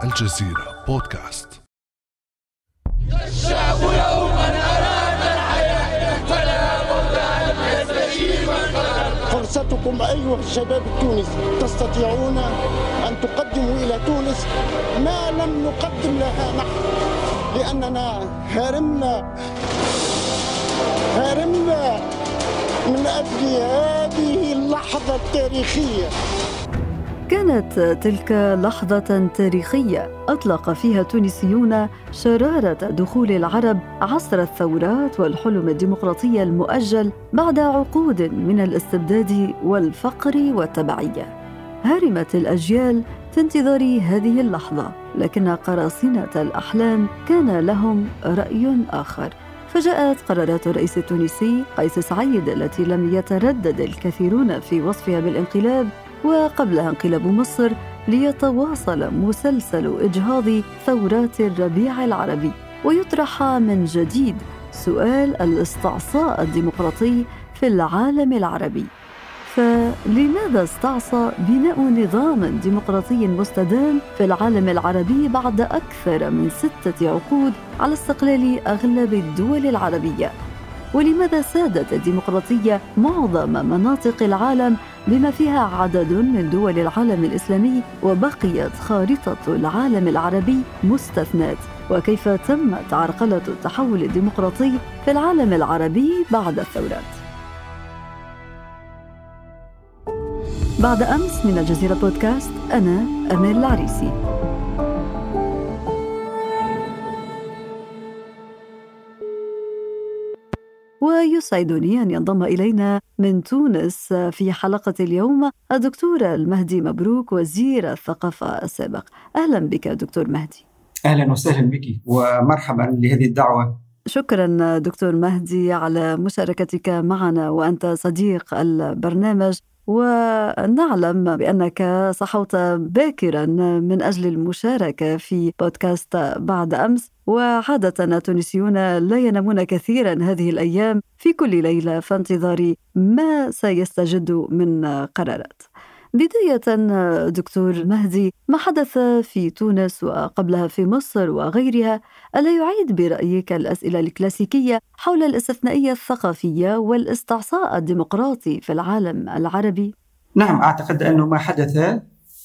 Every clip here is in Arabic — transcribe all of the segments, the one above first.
الجزيرة بودكاست. الشعب يوما أراد الحياة فلا بد أن يستجيب القرار. فرصتكم أيها الشباب التونسي، تستطيعون أن تقدموا إلى تونس ما لم نقدم لها نحن، لأننا هرمنا من أجل هذه اللحظة التاريخية. كانت تلك لحظة تاريخية أطلق فيها تونسيون شرارة دخول العرب عصر الثورات والحلم الديمقراطي المؤجل بعد عقود من الاستبداد والفقر والتبعية. هرمت الأجيال في انتظار هذه اللحظة، لكن قراصنة الأحلام كان لهم رأي آخر. فجاءت قرارات الرئيس التونسي قيس سعيد التي لم يتردد الكثيرون في وصفها بالانقلاب، وقبلها انقلاب مصر، ليتواصل مسلسل إجهاض ثورات الربيع العربي، ويطرح من جديد سؤال الاستعصاء الديمقراطي في العالم العربي. فلماذا استعصى بناء نظام ديمقراطي مستدام في العالم العربي بعد أكثر من 6 عقود على استقلال أغلب الدول العربية؟ ولماذا سادت الديمقراطية معظم مناطق العالم بما فيها عدد من دول العالم الإسلامي، وبقيت خارطة العالم العربي مستثنات؟ وكيف تمت عرقلة التحول الديمقراطي في العالم العربي بعد الثورات؟ بعد أمس من الجزيرة بودكاست، أنا أمال العريسي. ويسعدني أن ينضم إلينا من تونس في حلقة اليوم الدكتور المهدي مبروك، وزير الثقافة السابق. أهلا بك دكتور مهدي. أهلا وسهلا بك ومرحبا لهذه الدعوة. شكرا دكتور مهدي على مشاركتك معنا، وأنت صديق البرنامج، ونعلم بأنك صحوت باكرا من أجل المشاركة في بودكاست بعد أمس. وعادة التونسيون لا ينامون كثيرا هذه الأيام في كل ليلة في انتظار ما سيستجد من قرارات. بداية دكتور مهدي، ما حدث في تونس وقبلها في مصر وغيرها ألا يعيد برأيك الأسئلة الكلاسيكية حول الاستثنائية الثقافية والاستعصاء الديمقراطي في العالم العربي؟ نعم، أعتقد أنه ما حدث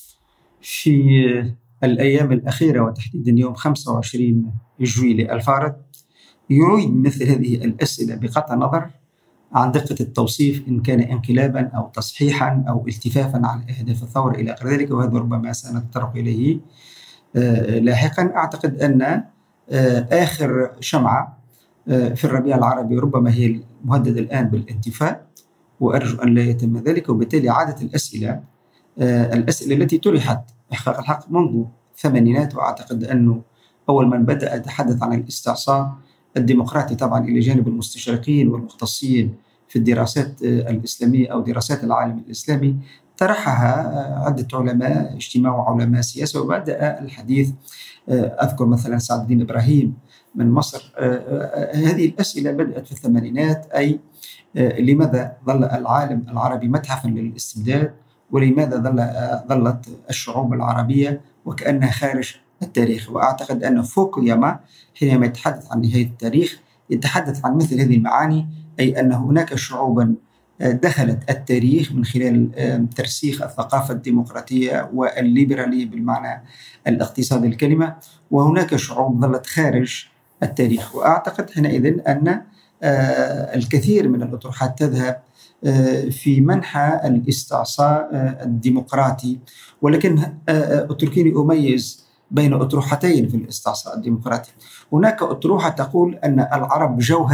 في الأيام الأخيرة وتحديدا يوم 25 جويلية الفارط يعيد مثل هذه الأسئلة بقطع نظر عن دقة التوصيف، إن كان انقلابا أو تصحيحا أو التفافا على أهداف الثورة إلى غير ذلك، وهذا ربما سنتطرق إليه لاحقا. أعتقد أن آخر شمعة في الربيع العربي ربما هي المهددة الآن بالانتفاء، وأرجو أن لا يتم ذلك. وبالتالي عادت الأسئلة التي طرحت إحقاق الحق منذ الثمانينات، وأعتقد أنه أول من بدأ يتحدث عن الاستعصاء الديمقراطي طبعا إلى جانب المستشرقين والمختصين في الدراسات الإسلامية أو دراسات العالم الإسلامي، طرحها عدة علماء اجتماع وعلماء سياسة، وبدأ الحديث. أذكر مثلا سعد الدين إبراهيم من مصر. هذه الأسئلة بدأت في الثمانينات، أي لماذا ظل العالم العربي متحفا للاستبداد، ولماذا ظلت الشعوب العربية وكأنها خارج التاريخ. وأعتقد أن فوكوياما حينما يتحدث عن نهاية التاريخ يتحدث عن مثل هذه المعاني، أي أن هناك شعوبا دخلت التاريخ من خلال ترسيخ الثقافة الديمقراطية والليبرالية بالمعنى الاقتصادي الكلمة، وهناك شعوب ظلت خارج التاريخ. وأعتقد حينئذ أن الكثير من الأطروحات تذهب في منحى الاستعصاء الديمقراطي، ولكن أتركني أميز بين أطروحتين في الاستعصاء الديمقراطي. هناك أطروحة تقول أن العرب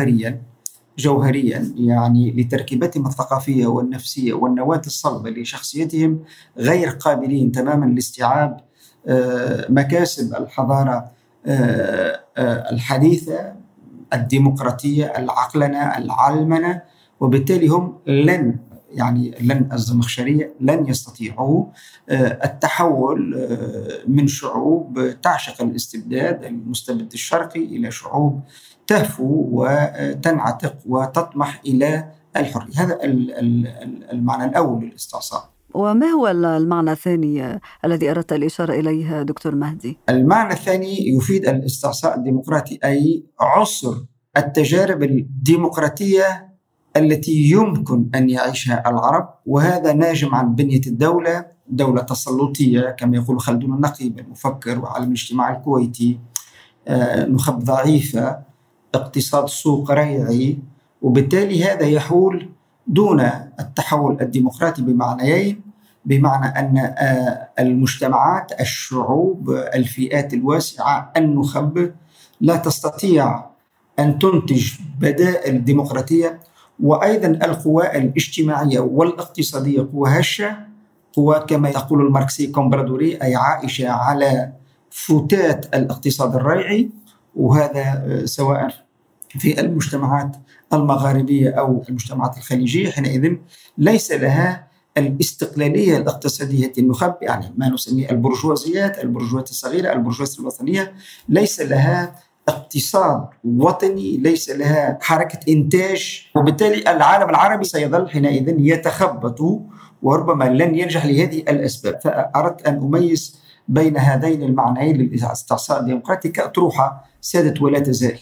جوهريا يعني لتركيبتهم الثقافية والنفسية والنواة الصلبة لشخصيتهم غير قابلين تماما لاستيعاب مكاسب الحضارة الحديثة الديمقراطية العقلنة العلمنة، وبالتالي هم لن الزمخشرية لن يستطيعوا التحول من شعوب تعشق الاستبداد المستبد الشرقي إلى شعوب تهفو وتنعتق وتطمح إلى الحرية. هذا المعنى الأول للاستعصاء. وما هو المعنى الثاني الذي أردت الإشارة إليه دكتور مهدي؟ المعنى الثاني يفيد الاستعصاء الديمقراطي، أي عصر التجارب الديمقراطية التي يمكن أن يعيشها العرب، وهذا ناجم عن بنية الدولة، دولة تسلطية كما يقول خلدون النقيب المفكر وعالم الاجتماع الكويتي، نخب ضعيفة، اقتصاد سوق ريعي، وبالتالي هذا يحول دون التحول الديمقراطي بمعنيين، بمعنى أن المجتمعات، الشعوب، الفئات الواسعة، النخب لا تستطيع أن تنتج بدائل ديمقراطية، وأيضا القوى الاجتماعية والاقتصادية قوى هشة، قوى كما يقول الماركسي كومبرادوري، أي عائشة على فتات الاقتصاد الريعي، وهذا سواء في المجتمعات المغاربية أو المجتمعات الخليجية حينئذ ليس لها الاستقلالية الاقتصادية النخب، يعني ما نسميه البرجوازيات الصغيرة، البرجوازية الوطنية، ليس لها اقتصاد وطني، ليس لها حركة إنتاج، وبالتالي العالم العربي سيظل حينئذ يتخبط وربما لن ينجح لهذه الأسباب. فأردت أن أميز بين هذين المعنيين للاستعصاء الديمقراطي كأطروحة سادت ولا تزال.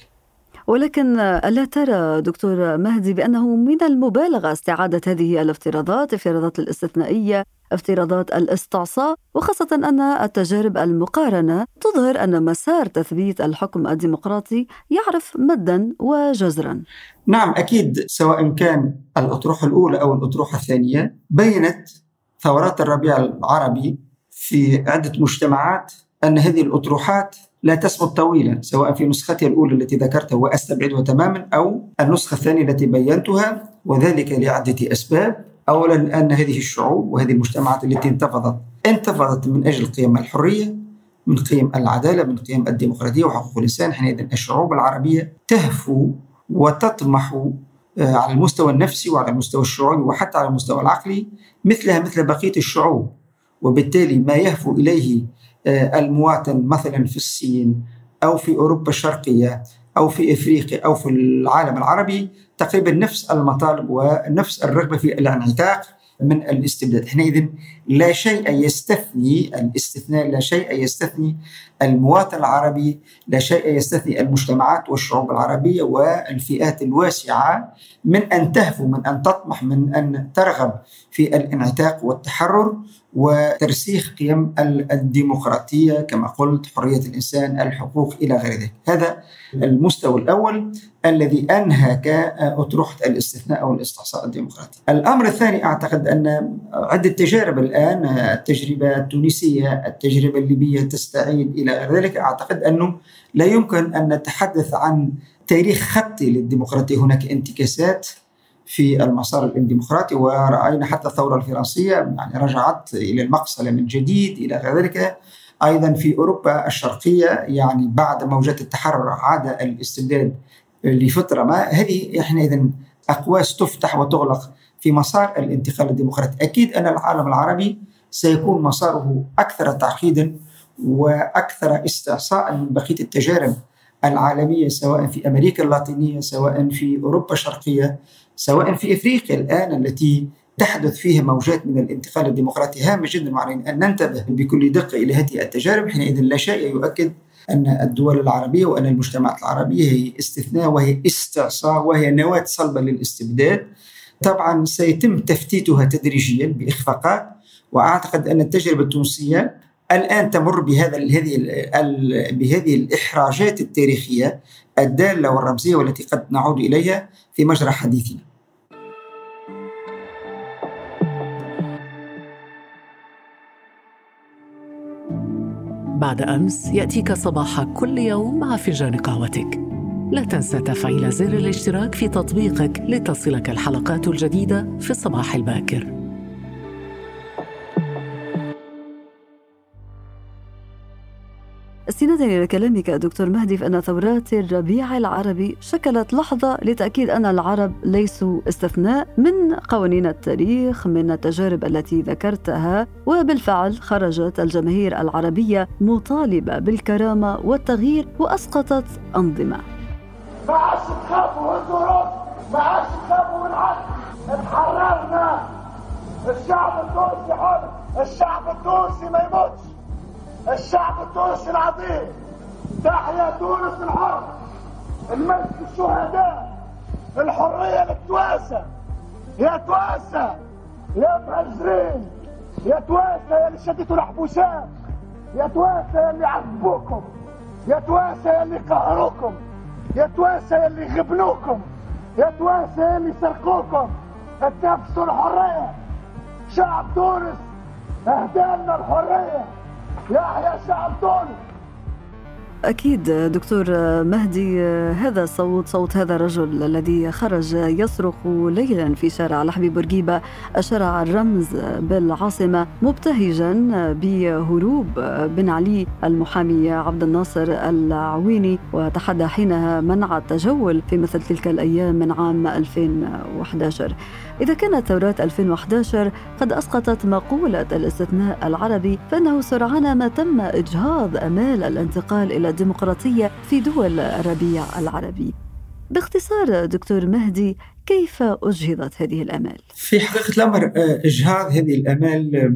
ولكن ألا ترى دكتور مهدي بأنه من المبالغة استعادة هذه الافتراضات الاستثنائية، افتراضات الاستعصاء، وخاصة أن التجارب المقارنة تظهر أن مسار تثبيت الحكم الديمقراطي يعرف مدا وجزرا؟ نعم أكيد، سواء كان الأطروحة الأولى أو الأطروحة الثانية، بينت ثورات الربيع العربي في عدة مجتمعات أن هذه الأطروحات لا تثبت طويلا، سواء في نسختها الأولى التي ذكرتها وأستبعدها تماما، أو النسخة الثانية التي بينتها، وذلك لعدة أسباب. أولا أن هذه الشعوب وهذه المجتمعات التي انتفضت من أجل قيم الحرية، من قيم العدالة، من قيم الديمقراطية وحقوق الإنسان. حينئذ الشعوب العربية تهفو وتطمح على المستوى النفسي وعلى المستوى الشعوري وحتى على المستوى العقلي مثلها مثل بقية الشعوب، وبالتالي ما يهفو إليه المواطن مثلا في الصين أو في أوروبا الشرقية أو في إفريقيا أو في العالم العربي تقريبا نفس المطالب ونفس الرغبة في الانعتاق من الاستبداد. حينئذ لا شيء يستثني الاستثناء، لا شيء يستثني المواطن العربي، لا شيء يستثني المجتمعات والشعوب العربية والفئات الواسعة من أن تهفو، من أن تطمح، من أن ترغب في الانعتاق والتحرر وترسيخ قيم الديمقراطية كما قلت، حرية الإنسان، الحقوق إلى غير ذلك. هذا المستوى الأول الذي أنهك أطروحة الاستثناء أو الاستعصاء الديمقراطي. الأمر الثاني، أعتقد أن عدة تجارب الآن، التجربة التونسية، التجربة الليبية تستعيد إلى غير ذلك، أعتقد أنه لا يمكن أن نتحدث عن تاريخ خطي للديمقراطية. هناك انتكاسات في المسار الديمقراطي، ورأينا حتى الثورة الفرنسية يعني رجعت إلى المقصلة من جديد إلى غير ذلك. أيضا في أوروبا الشرقية يعني بعد موجات التحرر عاد الاستبداد لفترة ما. هذه حينئذ أقواس تفتح وتغلق في مسار الانتقال الديمقراطي. أكيد أن العالم العربي سيكون مساره أكثر تعقيدا وأكثر استعصاء من بقية التجارب العالمية، سواء في أمريكا اللاتينية، سواء في أوروبا الشرقية، سواء في إفريقيا الآن التي تحدث فيها موجات من الانتقال الديمقراطي هامة جدا، وعلينا أن ننتبه بكل دقة إلى هذه التجارب. حينئذ لا شيء يؤكد أن الدول العربية وأن المجتمعات العربية هي استثناء وهي استعصاء وهي نواة صلبة للاستبداد. طبعا سيتم تفتيتها تدريجيا بإخفاقات، وأعتقد أن التجربة التونسية الآن تمر بهذه الإحراجات التاريخية الدالة والرمزية والتي قد نعود إليها في مجرى حديثنا. بعد أمس يأتيك صباح كل يوم مع فنجان قهوتك. لا تنسى تفعيل زر الاشتراك في تطبيقك لتصلك الحلقات الجديدة في الصباح الباكر. استنادا إلى كلامك دكتور مهدي، فإن ثورات الربيع العربي شكلت لحظة لتأكيد أن العرب ليسوا استثناء من قوانين التاريخ، من التجارب التي ذكرتها، وبالفعل خرجت الجماهير العربية مطالبة بالكرامة والتغيير وأسقطت أنظمة. ما عادش تخافوا الظروف، ما عادش تخافوا العدل، اتحررنا الشعب التونسي حر، الشعب التونسي ما يموتش، الشعب التونسي العظيم. تحيا تونس الحر، المجد الشهداء، الحرية للتواسة. يا تواسة يا مهجرين، يا تواسة يا اللي شدتوا الحبوسات، يا تواسة يا اللي عذبوكم، يا تواسة يا اللي قهروكم، يا تواسة يا اللي غبنوكم، يا تواسة يا اللي سرقوكم. اتنفسوا الحرية. شعب تونس اهدالنا الحرية. يحيى شعب تونس. أكيد دكتور مهدي، هذا صوت هذا الرجل الذي خرج يصرخ ليلا في شارع لحبي بورقيبة، شارع الرمز بالعاصمة، مبتهجا بهروب بن علي المحامي عبد الناصر العويني، وتحدى حينها منع التجول في مثل تلك الأيام من عام 2011. إذا كانت ثورات 2011 قد أسقطت مقولة الاستثناء العربي، فإنه سرعان ما تم إجهاض آمال الانتقال إلى الديمقراطية في دول الربيع العربي. باختصار دكتور مهدي، كيف أجهضت هذه الآمال؟ في حقيقة الأمر إجهاض هذه الآمال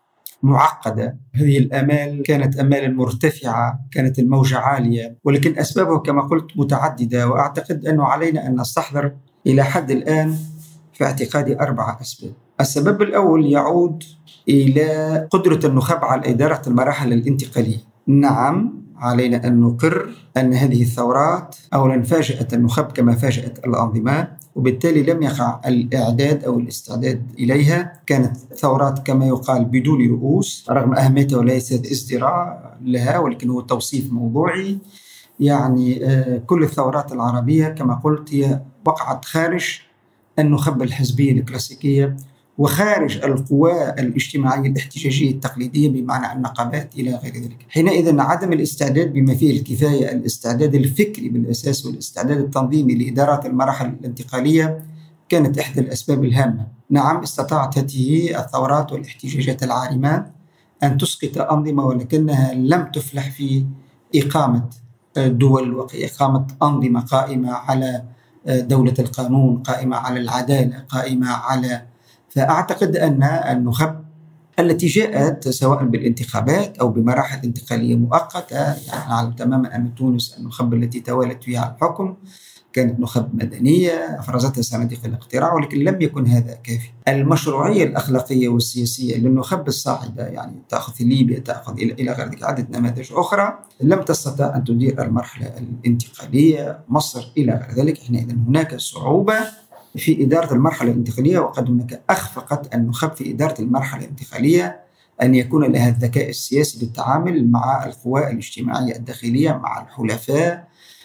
معقدة. هذه الآمال كانت آمال مرتفعة، كانت الموجة عالية، ولكن أسبابها كما قلت متعددة، وأعتقد أنه علينا أن نستحضر إلى حد الآن في اعتقادي 4 أسباب. السبب الأول يعود إلى قدرة النخب على إدارة المراحل الانتقالية. نعم، علينا أن نقر أن هذه الثورات أولا فاجأت النخب كما فاجأت الأنظمة، وبالتالي لم يقع الإعداد أو الاستعداد إليها. كانت ثورات كما يقال بدون رؤوس، رغم أهميتها وليست ازدراء لها، ولكن هو توصيف موضوعي. يعني كل الثورات العربية كما قلت هي وقعت خارج النخب الحزبية الكلاسيكية وخارج القوى الاجتماعية الاحتجاجية التقليدية بمعنى النقابات إلى غير ذلك. حينئذ عدم الاستعداد بما فيه الكفاية، الاستعداد الفكري بالأساس والاستعداد التنظيمي لإدارة المراحل الانتقالية، كانت إحدى الأسباب الهامة. نعم، استطاعت هذه الثورات والاحتجاجات العارمة أن تسقط أنظمة، ولكنها لم تفلح في إقامة دول وإقامة أنظمة قائمة على دولة القانون، قائمة على العدالة، قائمة على. فأعتقد أن النخب التي جاءت سواء بالانتخابات أو بمراحل انتقالية مؤقتة، يعني نعلم تماما أن تونس النخب التي توالت فيها الحكم كانت نخب مدنية أفرزتها صناديق الاقتراع، ولكن لم يكن هذا كافي. المشروعية الأخلاقية والسياسية للنخب الصاعدة، يعني تأخذ ليبيا، تأخذ إلى غير ذلك عدة نماذج أخرى، لم تستطع أن تدير المرحلة الانتقالية. مصر إلى غير ذلك. حينئذ هناك صعوبة في إدارة المرحلة الانتقالية، وقد هناك أخفقت النخب في إدارة المرحلة الانتقالية أن يكون لها الذكاء السياسي للتعامل مع القوى الاجتماعية الداخلية، مع الحلفاء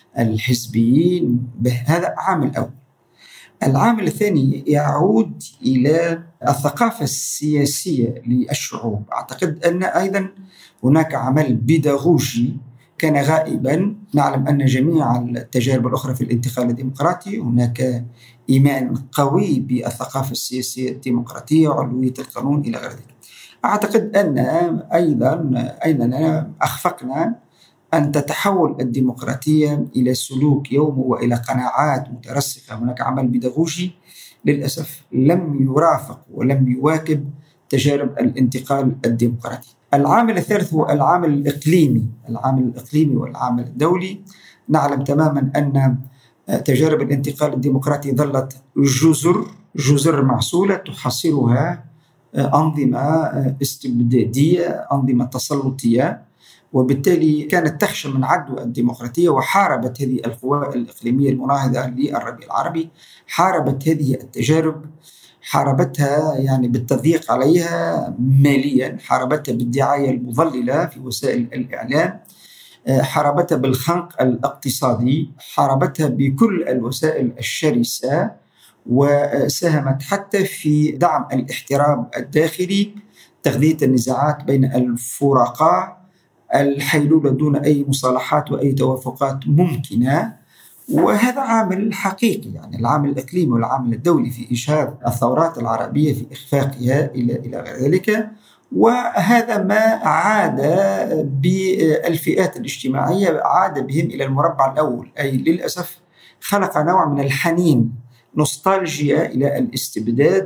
الحزبيين. هذا عامل أول. العامل الثاني يعود إلى الثقافة السياسية للشعوب. أعتقد أن أيضا هناك عمل بيداغوجي كان غائبا. نعلم أن جميع التجارب الأخرى في الانتقال الديمقراطي هناك إيمان قوي بالثقافة السياسية الديمقراطية وعلوية القانون إلى غير ذلك. أعتقد أن أيضا أخفقنا أن تتحول الديمقراطية إلى سلوك يومي وإلى قناعات مترسخة. هناك عمل بيداغوجي للأسف لم يرافق ولم يواكب تجارب الانتقال الديمقراطي. العامل الثالث هو العامل الإقليمي والعامل الدولي. نعلم تماما أن تجارب الانتقال الديمقراطي ظلت جزر معسولة تحصلها أنظمة استبدادية، أنظمة تسلطية، وبالتالي كانت تخشى من عدوى الديمقراطية، وحاربت هذه القوى الإقليمية المناهضة للربيع العربي، حاربت هذه التجارب، حاربتها يعني بالتضييق عليها ماليا، حاربتها بالدعاية المضللة في وسائل الإعلام، حاربتها بالخنق الاقتصادي، حاربتها بكل الوسائل الشرسة، وساهمت حتى في دعم الاحتراب الداخلي، تغذية النزاعات بين الفرقاء، الحيلولة دون أي مصالحات وأي توافقات ممكنة. وهذا عامل حقيقي، يعني العامل الإقليمي والعامل الدولي في إجهاض الثورات العربية، في إخفاقها إلى غير ذلك. وهذا ما عاد بالفئات الاجتماعية، عاد بهم إلى المربع الأول، أي للأسف خلق نوع من الحنين، نوستالجيا إلى الاستبداد،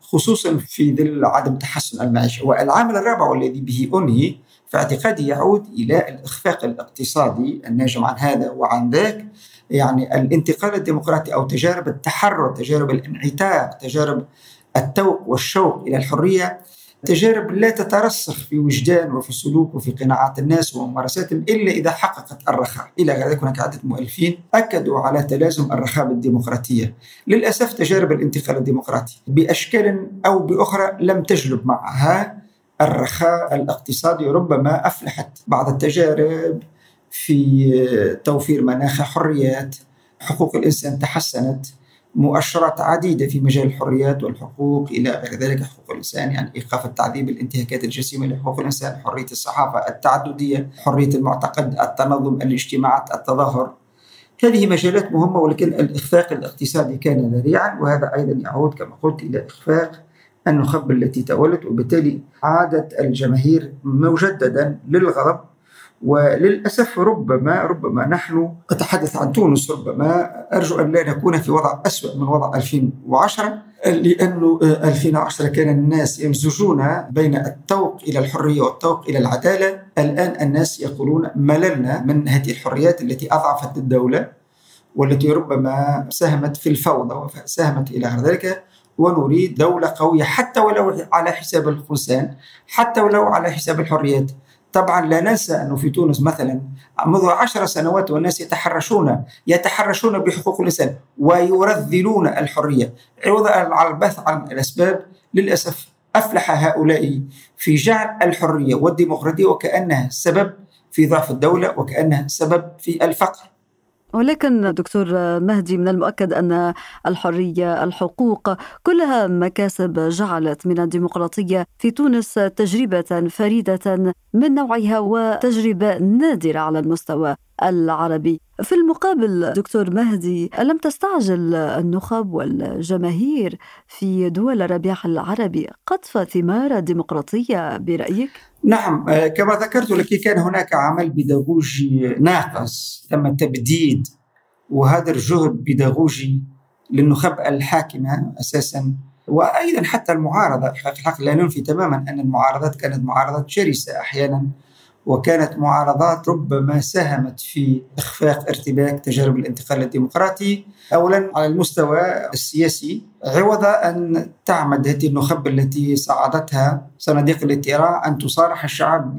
خصوصا في ظل عدم تحسن المعيشة. والعامل الرابع والذي به أنهي في اعتقادي يعود إلى الإخفاق الاقتصادي الناجم عن هذا وعن ذاك، يعني الانتقال الديمقراطي أو تجارب التحرر، تجارب الانعتاق، تجارب التوق والشوق إلى الحرية، تجارب لا تترسخ في وجدان وفي سلوك وفي قناعات الناس وممارساتهم إلا إذا حققت الرخاء. إلى ذلك هناك عدة مؤلفين أكدوا على تلازم الرخاء بالديمقراطية. للأسف تجارب الانتقال الديمقراطي بأشكال أو بأخرى لم تجلب معها الرخاء الاقتصادي. ربما أفلحت بعض التجارب في توفير مناخ حريات، حقوق الإنسان تحسنت، مؤشرات عديدة في مجال الحريات والحقوق إلى غير ذلك. حقوق الإنسان يعني إيقاف التعذيب، الانتهاكات الجسيمة لحقوق الإنسان، حرية الصحافة، التعددية، حرية المعتقد، التنظم، الاجتماعات، التظاهر، هذه مجالات مهمة. ولكن الإخفاق الاقتصادي كان ذريعا، وهذا أيضا يعود كما قلت إلى إخفاق النخب التي تولت، وبالتالي عادت الجماهير مجددا للغضب. وللأسف ربما نحن أتحدث عن تونس، ربما أرجو أن لا نكون في وضع أسوأ من وضع 2010، لأنه 2010 كان الناس يمزجون بين التوق إلى الحرية والتوق إلى العدالة. الآن الناس يقولون مللنا من هذه الحريات التي أضعفت الدولة والتي ربما ساهمت في الفوضى وساهمت إلى غير ذلك، ونريد دولة قوية حتى ولو على حساب الفرسان، حتى ولو على حساب الحريات. طبعا لا ننسى أنه في تونس مثلا منذ 10 سنوات والناس يتحرشون بحقوق الإنسان ويرذلون الحرية عوضا على البحث عن الأسباب. للأسف أفلح هؤلاء في جعل الحرية والديمقراطية وكأنها سبب في ضعف الدولة وكأنها سبب في الفقر. ولكن دكتور مهدي، من المؤكد أن الحرية، الحقوق، كلها مكاسب جعلت من الديمقراطية في تونس تجربة فريدة من نوعها وتجربة نادرة على المستوى العربي. في المقابل دكتور مهدي، ألم تستعجل النخب والجماهير في دول الربيع العربي قطف ثمار الديمقراطية برأيك؟ نعم، كما ذكرت لك كان هناك عمل بيداغوجي ناقص، تم تبديد وهذا الجهد بيداغوجي للنخب الحاكمة أساسا، وأيضا حتى المعارضة. الحق لا ننفي تماما أن المعارضات كانت معارضات شرسة أحيانا، وكانت معارضات ربما ساهمت في إخفاق ارتباك تجارب الانتقال الديمقراطي أولا على المستوى السياسي، عوض أن تعمد هذه النخب التي صعدتها صناديق الاطراء أن تصارح الشعب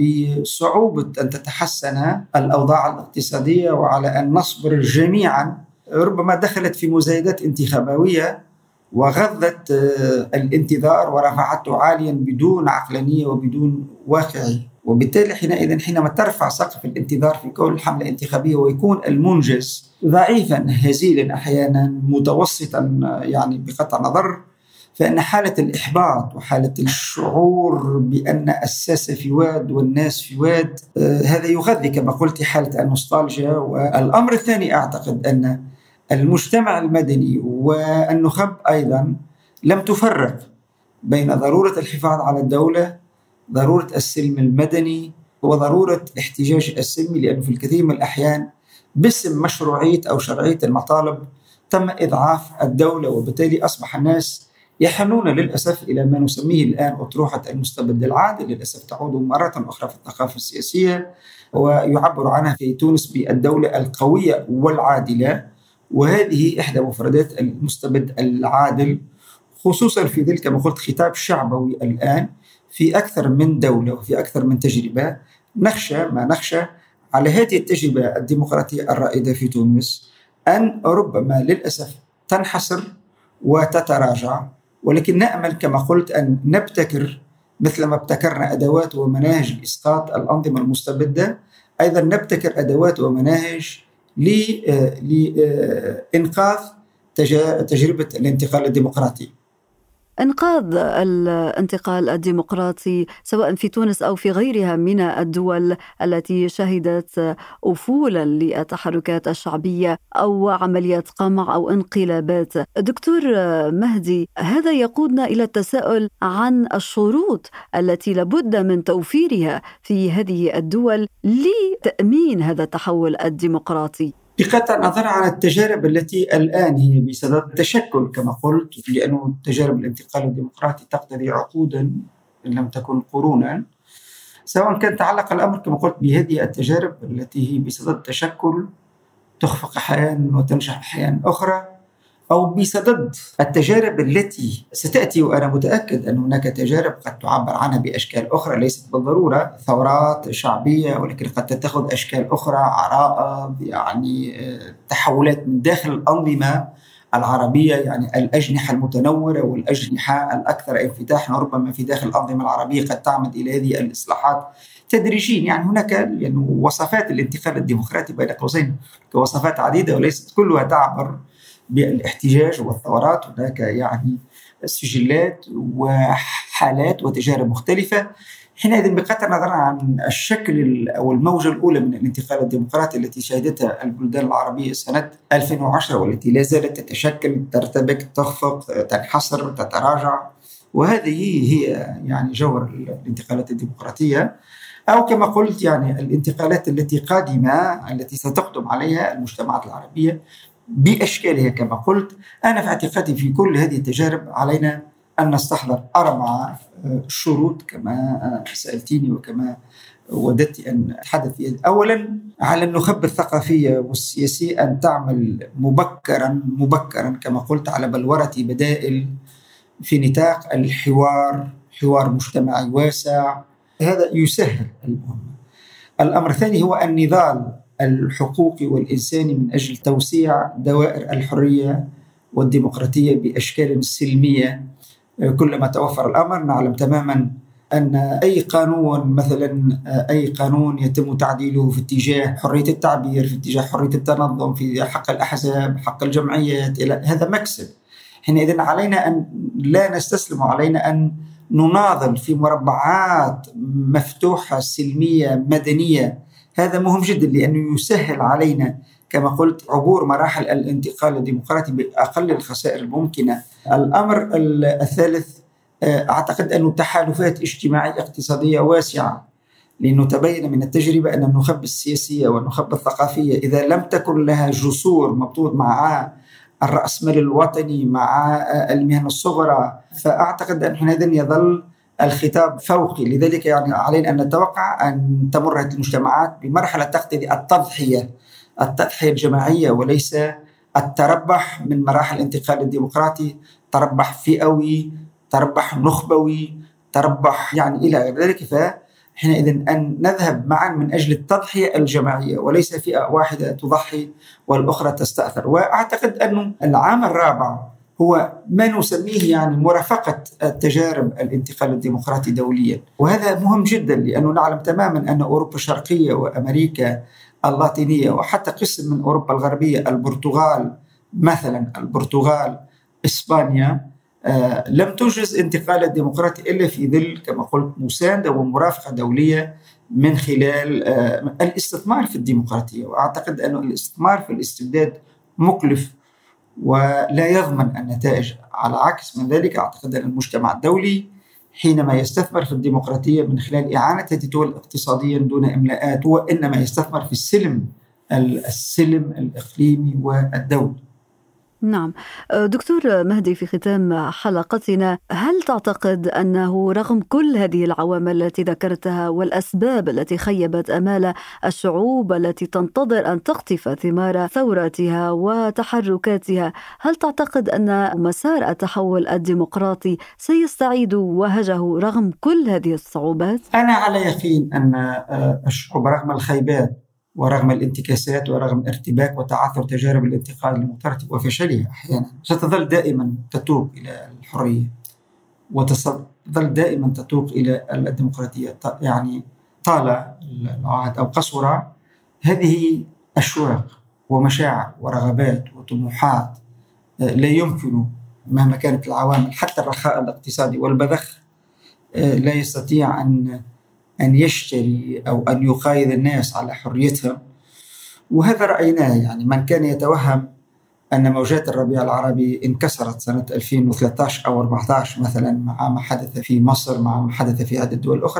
بصعوبة أن تتحسن الأوضاع الاقتصادية وعلى أن نصبر جميعا. ربما دخلت في مزايدات انتخابوية وغذت الانتظار ورفعته عاليا بدون عقلانية وبدون واقعي، وبالتالي حينما ترفع سقف الانتظار في كل حملة انتخابية ويكون المنجز ضعيفا هزيلا أحيانا متوسطا يعني بقطع نظر، فإن حالة الإحباط وحالة الشعور بأن الساسة في واد والناس في واد هذا يغذي كما قلت حالة النوستالجيا. والأمر الثاني أعتقد أن المجتمع المدني والنخب أيضا لم تفرق بين ضرورة الحفاظ على الدولة، ضرورة السلم المدني، وضرورة احتجاج السلمي، لأنه في الكثير من الأحيان باسم مشروعية أو شرعية المطالب تم إضعاف الدولة، وبالتالي أصبح الناس يحنون للأسف إلى ما نسميه الآن أطروحة المستبد العادل. للأسف تعود مرة أخرى في الثقافة السياسية ويعبر عنها في تونس بالدولة القوية والعادلة، وهذه إحدى مفردات المستبد العادل، خصوصا في ذلك كما قلت خطاب شعبوي الآن في أكثر من دولة وفي أكثر من تجربة. نخشى على هذه التجربة الديمقراطية الرائدة في تونس أن ربما للأسف تنحصر وتتراجع، ولكن نأمل كما قلت أن نبتكر مثل ما ابتكرنا أدوات ومناهج لإسقاط الأنظمة المستبدة، أيضا نبتكر أدوات ومناهج لإنقاذ تجربة الانتقال الديمقراطي. إنقاذ الانتقال الديمقراطي سواء في تونس أو في غيرها من الدول التي شهدت أفولا للتحركات الشعبية أو عمليات قمع أو انقلابات. دكتور مهدي، هذا يقودنا إلى التساؤل عن الشروط التي لابد من توفيرها في هذه الدول لتأمين هذا التحول الديمقراطي. بقطع النظر عن التجارب التي الآن هي بصدد التشكل كما قلت، لأن تجارب الانتقال الديمقراطي تقتضي عقودا إن لم تكن قرونا، سواء كان تعلق الأمر كما قلت بهذه التجارب التي هي بصدد التشكل تخفق أحيانا وتنجح أحيانا أخرى، أو بصدد التجارب التي ستأتي، وأنا متأكد أن هناك تجارب قد تعبر عنها بأشكال أخرى ليست بالضرورة ثورات شعبية، ولكن قد تتخذ أشكال أخرى، عرائض، يعني تحولات من داخل الأنظمة العربية، يعني الأجنحة المتنورة والأجنحة الأكثر انفتاحا ربما في داخل الأنظمة العربية قد تعمد إلى هذه الإصلاحات تدريجيا. يعني هناك يعني وصفات الانتقال الديمقراطي بين قوسين كوصفات عديدة وليست كلها تعبر بالاحتجاج والثورات، هناك يعني سجلات وحالات وتجارب مختلفة. حينئذ بقطع النظر عن الشكل أو الموجة الأولى من الانتقال الديمقراطي التي شهدتها البلدان العربية سنة 2010 والتي لا زالت تتشكل، ترتبك، تخفق، تنحصر، تتراجع، وهذه هي يعني جوهر الانتقالات الديمقراطية، أو كما قلت يعني الانتقالات التي قادمة التي ستقدم عليها المجتمعات العربية بأشكالها. كما قلت أنا في اعتقادي في كل هذه التجارب علينا أن نستحضر 4 شروط كما سألتيني وكما وددت أن أتحدث فيها. أولا، على النخب الثقافية والسياسية أن تعمل مبكرا كما قلت على بلورة بدائل في نطاق الحوار، حوار مجتمعي واسع، هذا يسهل المهمة. الأمر الثاني هو النضال الحقوقي والإنساني من أجل توسيع دوائر الحرية والديمقراطية بأشكال سلمية كلما توفر الأمر. نعلم تماما أن أي قانون مثلا أي قانون يتم تعديله في اتجاه حرية التعبير، في اتجاه حرية التنظم، في حق الأحزاب، حق الجمعيات، هذا مكسب. حينئذ علينا أن لا نستسلم، علينا أن نناضل في مربعات مفتوحة سلمية مدنية. هذا مهم جدا لأنه يسهل علينا كما قلت عبور مراحل الانتقال الديمقراطي بأقل الخسائر الممكنة. الأمر الثالث، أعتقد أن تحالفات اجتماعية اقتصادية واسعة، لأنه تبين من التجربة أن النخب السياسية والنخب الثقافية إذا لم تكن لها جسور مبطوط مع الرأسمال الوطني، مع المهن الصغرى، فأعتقد أن حينئذ يظل الخطاب فوقي. لذلك يعني علينا أن نتوقع أن تمر هذه المجتمعات بمرحلة تقتضي التضحية الجماعية وليس التربح من مراحل الانتقال الديمقراطي، تربح فئوي، تربح نخبوي، تربح يعني إلى غير ذلك. فحينئذ أن نذهب معا من أجل التضحية الجماعية وليس فئة واحدة تضحي والأخرى تستأثر. وأعتقد أن العام الرابع هو ما نسميه يعني مرافقة تجارب الانتقال الديمقراطي دوليا، وهذا مهم جدا لأنه نعلم تماما أن أوروبا الشرقية وأمريكا اللاتينية وحتى قسم من أوروبا الغربية، البرتغال مثلا، إسبانيا، لم تنجز انتقال الديمقراطي إلا في ظل كما قلت مساندة ومرافقة دولية من خلال الاستثمار في الديمقراطية. وأعتقد أن الاستثمار في الاستبداد مكلف ولا يضمن النتائج. على عكس من ذلك أعتقد أن المجتمع الدولي حينما يستثمر في الديمقراطية من خلال إعانة هذه الدول اقتصاديا دون إملاءات، هو إنما يستثمر في السلم الإقليمي والدولي. نعم دكتور مهدي، في ختام حلقتنا، هل تعتقد أنه رغم كل هذه العوامل التي ذكرتها والأسباب التي خيبت آمال الشعوب التي تنتظر أن تقطف ثمار ثوراتها وتحركاتها، هل تعتقد أن مسار التحول الديمقراطي سيستعيد وهجه رغم كل هذه الصعوبات؟ أنا على يقين أن الشعوب رغم الخيبات ورغم الانتكاسات ورغم ارتباك وتعثر تجارب الانتقال الديمقراطي وفشلها أحيانا ستظل دائما تتوق إلى الحرية وتظل دائما تتوق إلى الديمقراطية، يعني طال العهد أو قصر. هذه أشواق ومشاعر ورغبات وطموحات لا يمكن مهما كانت العوامل، حتى الرخاء الاقتصادي والبذخ لا يستطيع أن يشتري أو أن يقايض الناس على حريتهم. وهذا رأيناه، يعني من كان يتوهم أن موجات الربيع العربي انكسرت سنة 2013 أو 14 مثلا مع ما حدث في مصر، مع ما حدث في عدة دول أخرى،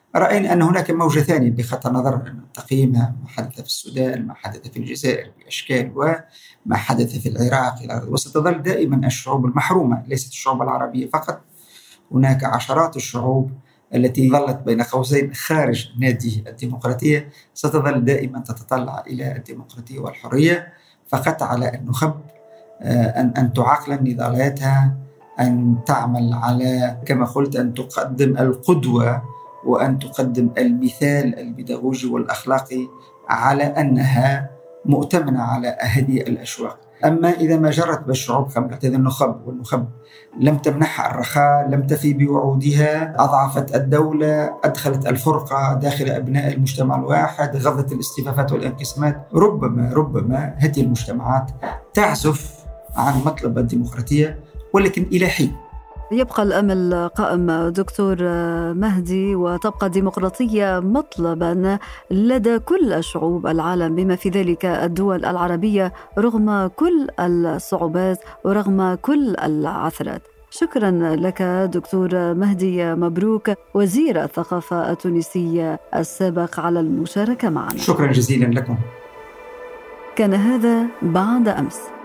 رأينا أن هناك موجة ثانية بخط النظر أن تقييمها ما حدث في السودان، ما حدث في الجزائر بأشكال، وما حدث في العراق، وستظل دائما الشعوب المحرومة، ليست الشعوب العربية فقط، هناك عشرات الشعوب التي ظلت بين قوسين خارج نادي الديمقراطية، ستظل دائما تتطلع إلى الديمقراطية والحرية. فقط على النخب أن تعاقل نضالاتها، أن تعمل على كما قلت أن تقدم القدوة وأن تقدم المثال البيداغوجي والأخلاقي على أنها مؤتمنة على هذه الأشواق. أما إذا ما جرت بالشعوب خملت هذه النخب، والنخب لم تمنحها الرخاء، لم تفي بوعودها، أضعفت الدولة، أدخلت الفرقة داخل أبناء المجتمع الواحد، غضت الاستفافات والانقسامات، ربما هذه المجتمعات تعزف عن مطلب الديمقراطية، ولكن إلى حين. يبقى الأمل قائم دكتور مهدي، وتبقى الديمقراطية مطلبا لدى كل شعوب العالم بما في ذلك الدول العربية رغم كل الصعوبات ورغم كل العثرات. شكرا لك دكتور مهدي مبروك، وزير الثقافة التونسي السابق، على المشاركة معنا. شكرا جزيلا لكم. كان هذا بعد أمس.